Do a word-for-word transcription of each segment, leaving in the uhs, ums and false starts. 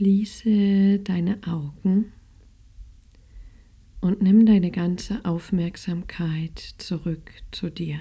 Schließe deine Augen und nimm deine ganze Aufmerksamkeit zurück zu dir.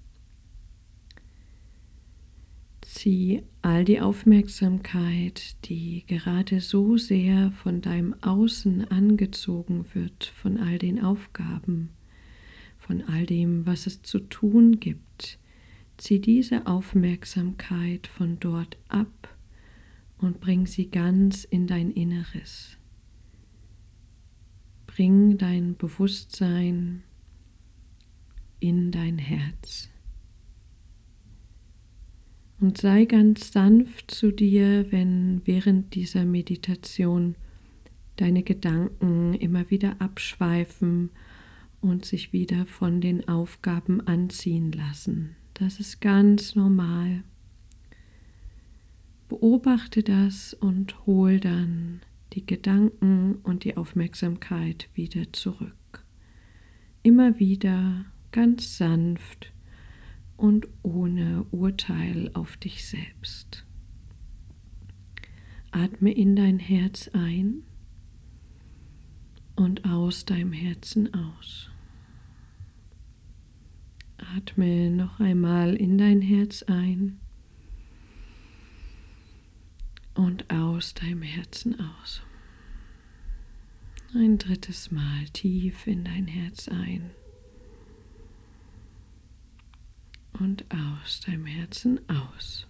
Zieh all die Aufmerksamkeit, die gerade so sehr von deinem Außen angezogen wird, von all den Aufgaben, von all dem, was es zu tun gibt, zieh diese Aufmerksamkeit von dort ab und bring sie ganz in dein Inneres. Bring dein Bewusstsein in dein Herz. Und sei ganz sanft zu dir, wenn während dieser Meditation deine Gedanken immer wieder abschweifen und sich wieder von den Aufgaben anziehen lassen. Das ist ganz normal. Beobachte das und hol dann die Gedanken und die Aufmerksamkeit wieder zurück. Immer wieder ganz sanft und ohne Urteil auf dich selbst. Atme in dein Herz ein und aus deinem Herzen aus. Atme noch einmal in dein Herz ein und aus deinem Herzen aus. Ein drittes Mal tief in dein Herz ein und aus deinem Herzen aus.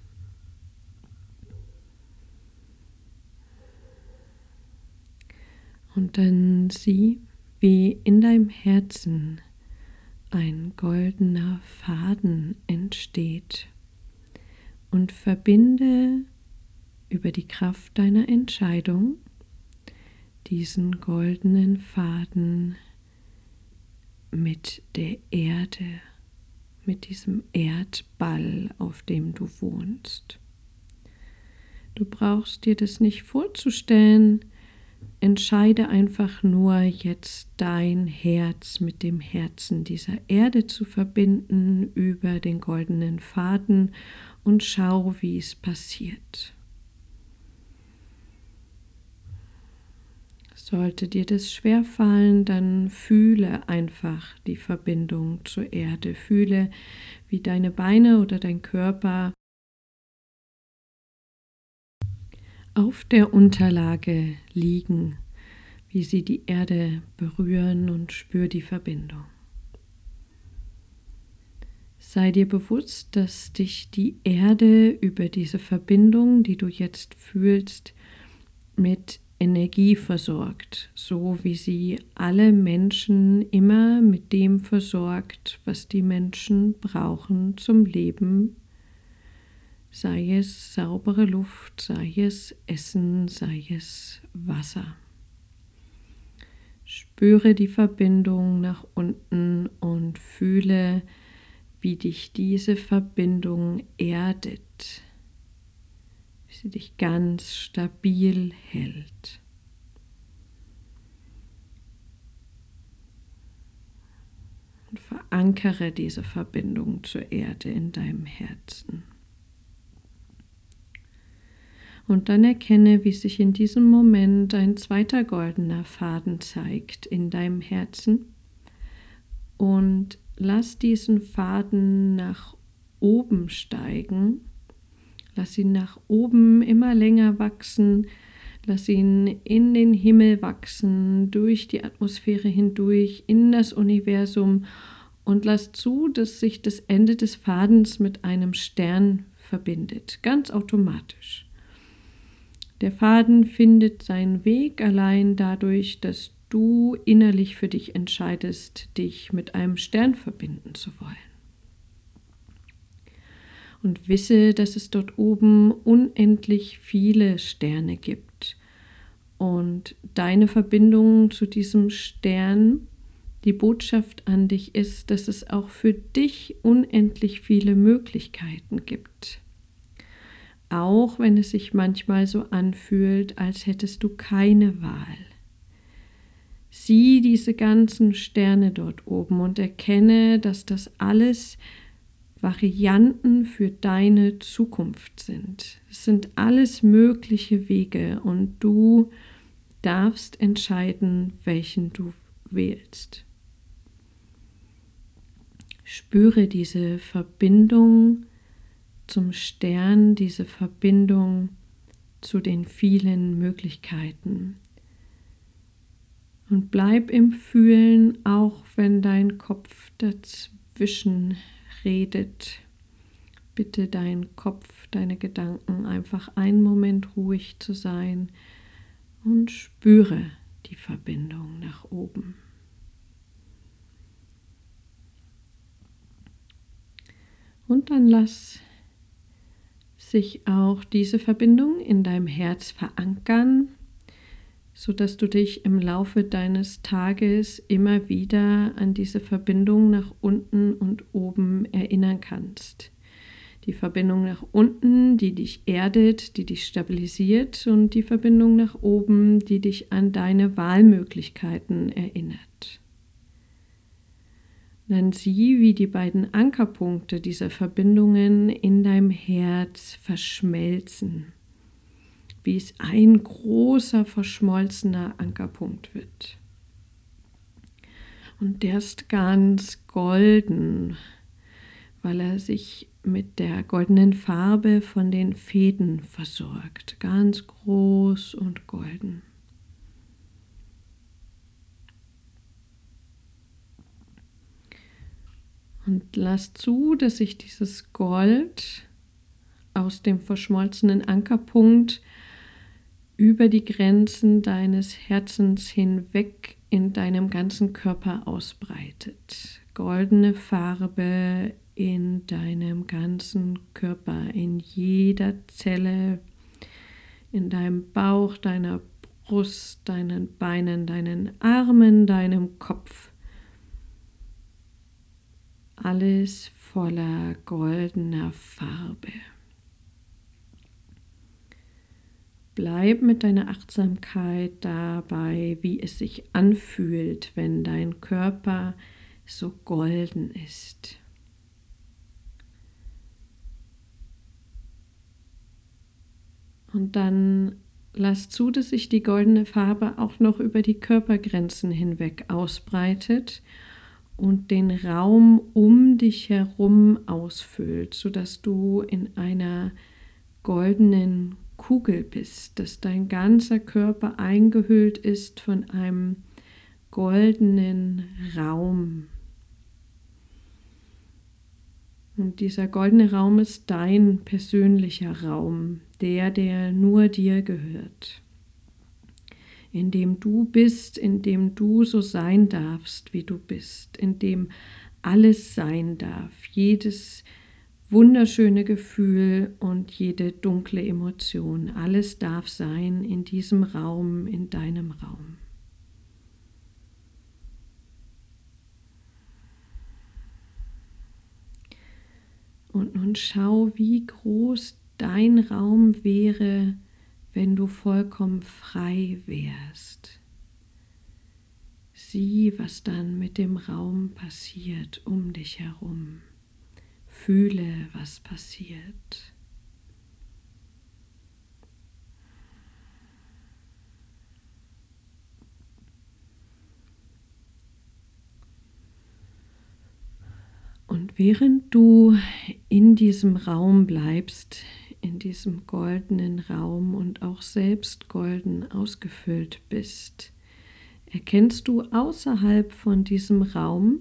Und dann sieh, wie in deinem Herzen ein goldener Faden entsteht und verbinde über die Kraft deiner Entscheidung diesen goldenen Faden mit der Erde, mit diesem Erdball, auf dem du wohnst. Du brauchst dir das nicht vorzustellen, entscheide einfach nur jetzt dein Herz mit dem Herzen dieser Erde zu verbinden über den goldenen Faden und schau, wie es passiert. Sollte dir das schwerfallen, dann fühle einfach die Verbindung zur Erde. Fühle, wie deine Beine oder dein Körper auf der Unterlage liegen, wie sie die Erde berühren, und spür die Verbindung. Sei dir bewusst, dass dich die Erde über diese Verbindung, die du jetzt fühlst, mit Energie versorgt, so wie sie alle Menschen immer mit dem versorgt, was die Menschen brauchen zum Leben, sei es saubere Luft, sei es Essen, sei es Wasser. Spüre die Verbindung nach unten und fühle, wie dich diese Verbindung erdet, wie sie dich ganz stabil hält. Und verankere diese Verbindung zur Erde in deinem Herzen. Und dann erkenne, wie sich in diesem Moment ein zweiter goldener Faden zeigt in deinem Herzen. Und lass diesen Faden nach oben steigen. Lass ihn nach oben immer länger wachsen. Lass ihn in den Himmel wachsen, durch die Atmosphäre hindurch, in das Universum. Und lass zu, dass sich das Ende des Fadens mit einem Stern verbindet. Ganz automatisch. Der Faden findet seinen Weg allein dadurch, dass du innerlich für dich entscheidest, dich mit einem Stern verbinden zu wollen. Und wisse, dass es dort oben unendlich viele Sterne gibt. Und deine Verbindung zu diesem Stern, die Botschaft an dich ist, dass es auch für dich unendlich viele Möglichkeiten gibt. Auch wenn es sich manchmal so anfühlt, als hättest du keine Wahl. Sieh diese ganzen Sterne dort oben und erkenne, dass das alles Varianten für deine Zukunft sind. Es sind alles mögliche Wege und du darfst entscheiden, welchen du wählst. Spüre diese Verbindung zum Stern, diese Verbindung zu den vielen Möglichkeiten. Und bleib im Fühlen, auch wenn dein Kopf dazwischen redet. Bitte deinen Kopf, deine Gedanken einfach einen Moment ruhig zu sein und spüre die Verbindung nach oben. Und dann lass sich auch diese Verbindung in deinem Herz verankern, sodass du dich im Laufe deines Tages immer wieder an diese Verbindung nach unten und oben erinnern kannst. Die Verbindung nach unten, die dich erdet, die dich stabilisiert, und die Verbindung nach oben, die dich an deine Wahlmöglichkeiten erinnert. Dann sieh, wie die beiden Ankerpunkte dieser Verbindungen in deinem Herz verschmelzen, wie es ein großer verschmolzener Ankerpunkt wird. Und der ist ganz golden, weil er sich mit der goldenen Farbe von den Fäden versorgt. Ganz groß und golden. Und lass zu, dass sich dieses Gold aus dem verschmolzenen Ankerpunkt über die Grenzen deines Herzens hinweg in deinem ganzen Körper ausbreitet. Goldene Farbe in deinem ganzen Körper, in jeder Zelle, in deinem Bauch, deiner Brust, deinen Beinen, deinen Armen, deinem Kopf. Alles voller goldener Farbe. Bleib mit deiner Achtsamkeit dabei, wie es sich anfühlt, wenn dein Körper so golden ist. Und dann lass zu, dass sich die goldene Farbe auch noch über die Körpergrenzen hinweg ausbreitet und den Raum um dich herum ausfüllt, sodass du in einer goldenen Kugel bist, dass dein ganzer Körper eingehüllt ist von einem goldenen Raum. Und dieser goldene Raum ist dein persönlicher Raum, der, der nur dir gehört, in dem du bist, in dem du so sein darfst, wie du bist, in dem alles sein darf, jedes wunderschöne Gefühl und jede dunkle Emotion, alles darf sein in diesem Raum, in deinem Raum. Und nun schau, wie groß dein Raum wäre, wenn du vollkommen frei wärst. Sieh, was dann mit dem Raum passiert um dich herum. Fühle, was passiert. Und während du in diesem Raum bleibst, in diesem goldenen Raum und auch selbst golden ausgefüllt bist, erkennst du außerhalb von diesem Raum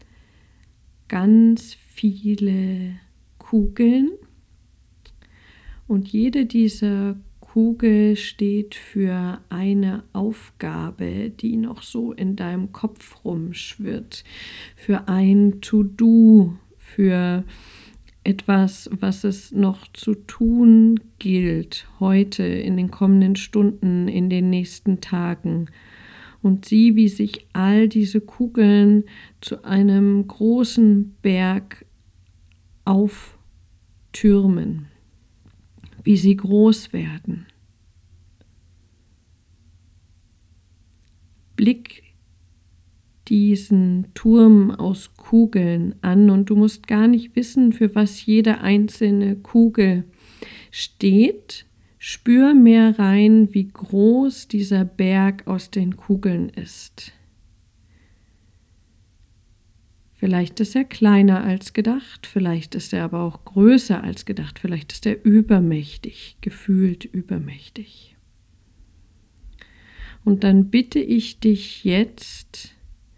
ganz viele Kugeln, und jede dieser Kugel steht für eine Aufgabe, die noch so in deinem Kopf rumschwirrt, für ein To-Do, für etwas, was es noch zu tun gilt, heute, in den kommenden Stunden, in den nächsten Tagen. Und sieh, wie sich all diese Kugeln zu einem großen Berg auftürmen, wie sie groß werden. Blick diesen Turm aus Kugeln an und du musst gar nicht wissen, für was jede einzelne Kugel steht. Spür mehr rein, wie groß dieser Berg aus den Kugeln ist. Vielleicht ist er kleiner als gedacht, vielleicht ist er aber auch größer als gedacht, vielleicht ist er übermächtig, gefühlt übermächtig. Und dann bitte ich dich jetzt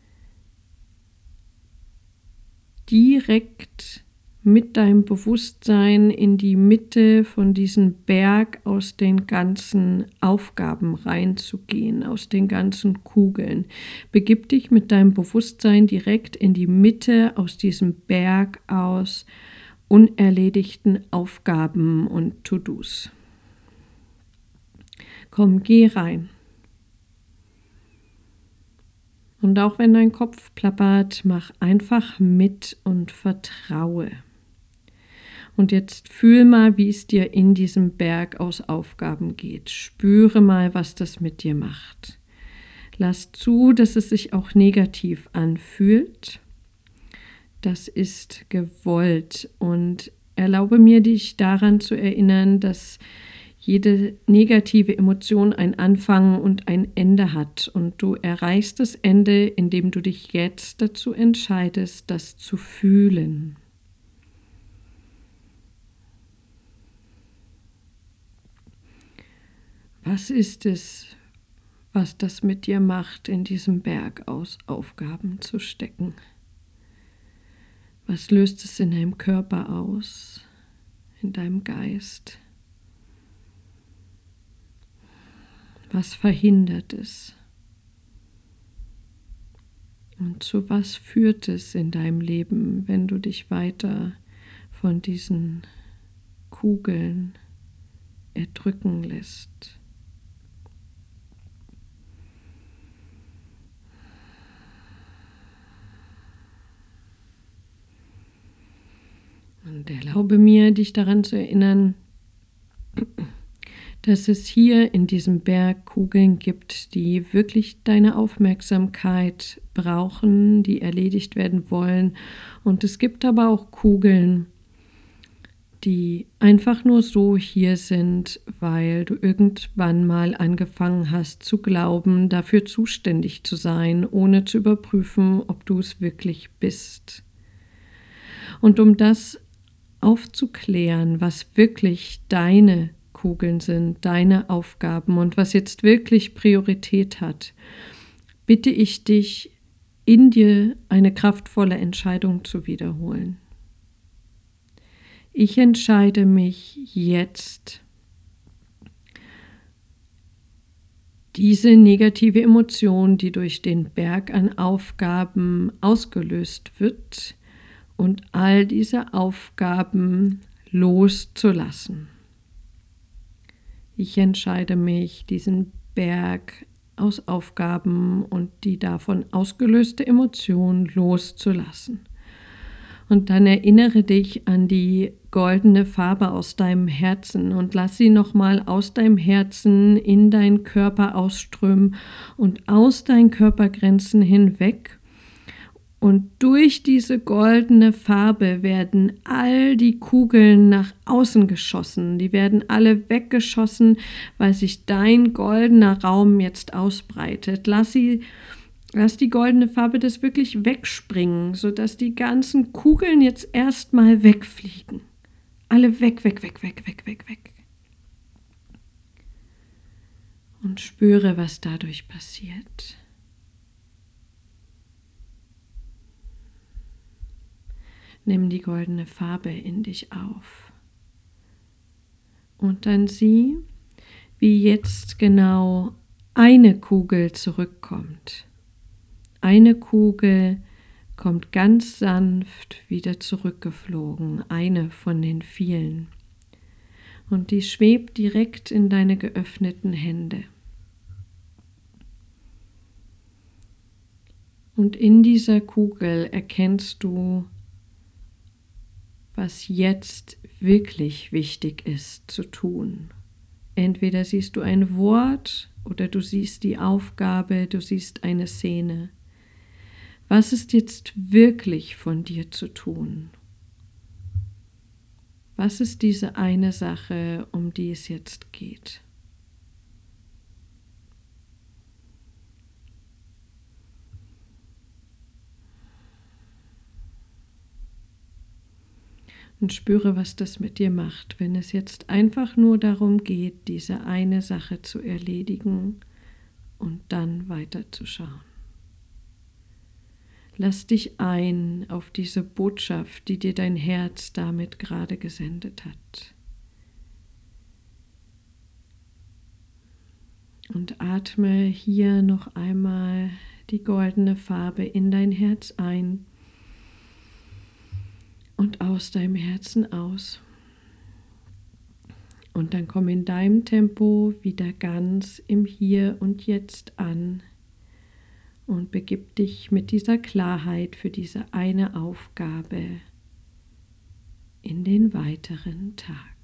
direkt mit deinem Bewusstsein in die Mitte von diesem Berg aus den ganzen Aufgaben reinzugehen, aus den ganzen Kugeln. Begib dich mit deinem Bewusstsein direkt in die Mitte aus diesem Berg aus unerledigten Aufgaben und To-Dos. Komm, geh rein. Und auch wenn dein Kopf plappert, mach einfach mit und vertraue. Und jetzt fühl mal, wie es dir in diesem Berg aus Aufgaben geht. Spüre mal, was das mit dir macht. Lass zu, dass es sich auch negativ anfühlt. Das ist gewollt. Und erlaube mir, dich daran zu erinnern, dass jede negative Emotion ein Anfang und ein Ende hat. Und du erreichst das Ende, indem du dich jetzt dazu entscheidest, das zu fühlen. Was ist es, was das mit dir macht, in diesem Berg aus Aufgaben zu stecken? Was löst es in deinem Körper aus, in deinem Geist? Was verhindert es? Und zu was führt es in deinem Leben, wenn du dich weiter von diesen Kugeln erdrücken lässt? Und erlaube mir, dich daran zu erinnern, dass es hier in diesem Berg Kugeln gibt, die wirklich deine Aufmerksamkeit brauchen, die erledigt werden wollen. Und es gibt aber auch Kugeln, die einfach nur so hier sind, weil du irgendwann mal angefangen hast zu glauben, dafür zuständig zu sein, ohne zu überprüfen, ob du es wirklich bist. Und um das aufzuklären, was wirklich deine Kugeln sind, deine Aufgaben und was jetzt wirklich Priorität hat, bitte ich dich, in dir eine kraftvolle Entscheidung zu wiederholen. Ich entscheide mich jetzt, diese negative Emotion, die durch den Berg an Aufgaben ausgelöst wird, und all diese Aufgaben loszulassen. Ich entscheide mich, diesen Berg aus Aufgaben und die davon ausgelöste Emotion loszulassen. Und dann erinnere dich an die goldene Farbe aus deinem Herzen und lass sie nochmal aus deinem Herzen in deinen Körper ausströmen und aus deinen Körpergrenzen hinweg. Und durch diese goldene Farbe werden all die Kugeln nach außen geschossen. Die werden alle weggeschossen, weil sich dein goldener Raum jetzt ausbreitet. Lass sie, lass die goldene Farbe das wirklich wegspringen, sodass die ganzen Kugeln jetzt erstmal wegfliegen. Alle weg, weg, weg, weg, weg, weg, weg. Und spüre, was dadurch passiert. Nimm die goldene Farbe in dich auf und dann sieh, wie jetzt genau eine Kugel zurückkommt. Eine Kugel kommt ganz sanft wieder zurückgeflogen, eine von den vielen. Und die schwebt direkt in deine geöffneten Hände. Und in dieser Kugel erkennst du, was jetzt wirklich wichtig ist zu tun. Entweder siehst du ein Wort oder du siehst die Aufgabe, du siehst eine Szene. Was ist jetzt wirklich von dir zu tun? Was ist diese eine Sache, um die es jetzt geht? Und spüre, was das mit dir macht, wenn es jetzt einfach nur darum geht, diese eine Sache zu erledigen und dann weiterzuschauen. Lass dich ein auf diese Botschaft, die dir dein Herz damit gerade gesendet hat. Und atme hier noch einmal die goldene Farbe in dein Herz ein und aus deinem Herzen aus. Und dann komm in deinem Tempo wieder ganz im Hier und Jetzt an und begib dich mit dieser Klarheit für diese eine Aufgabe in den weiteren Tag.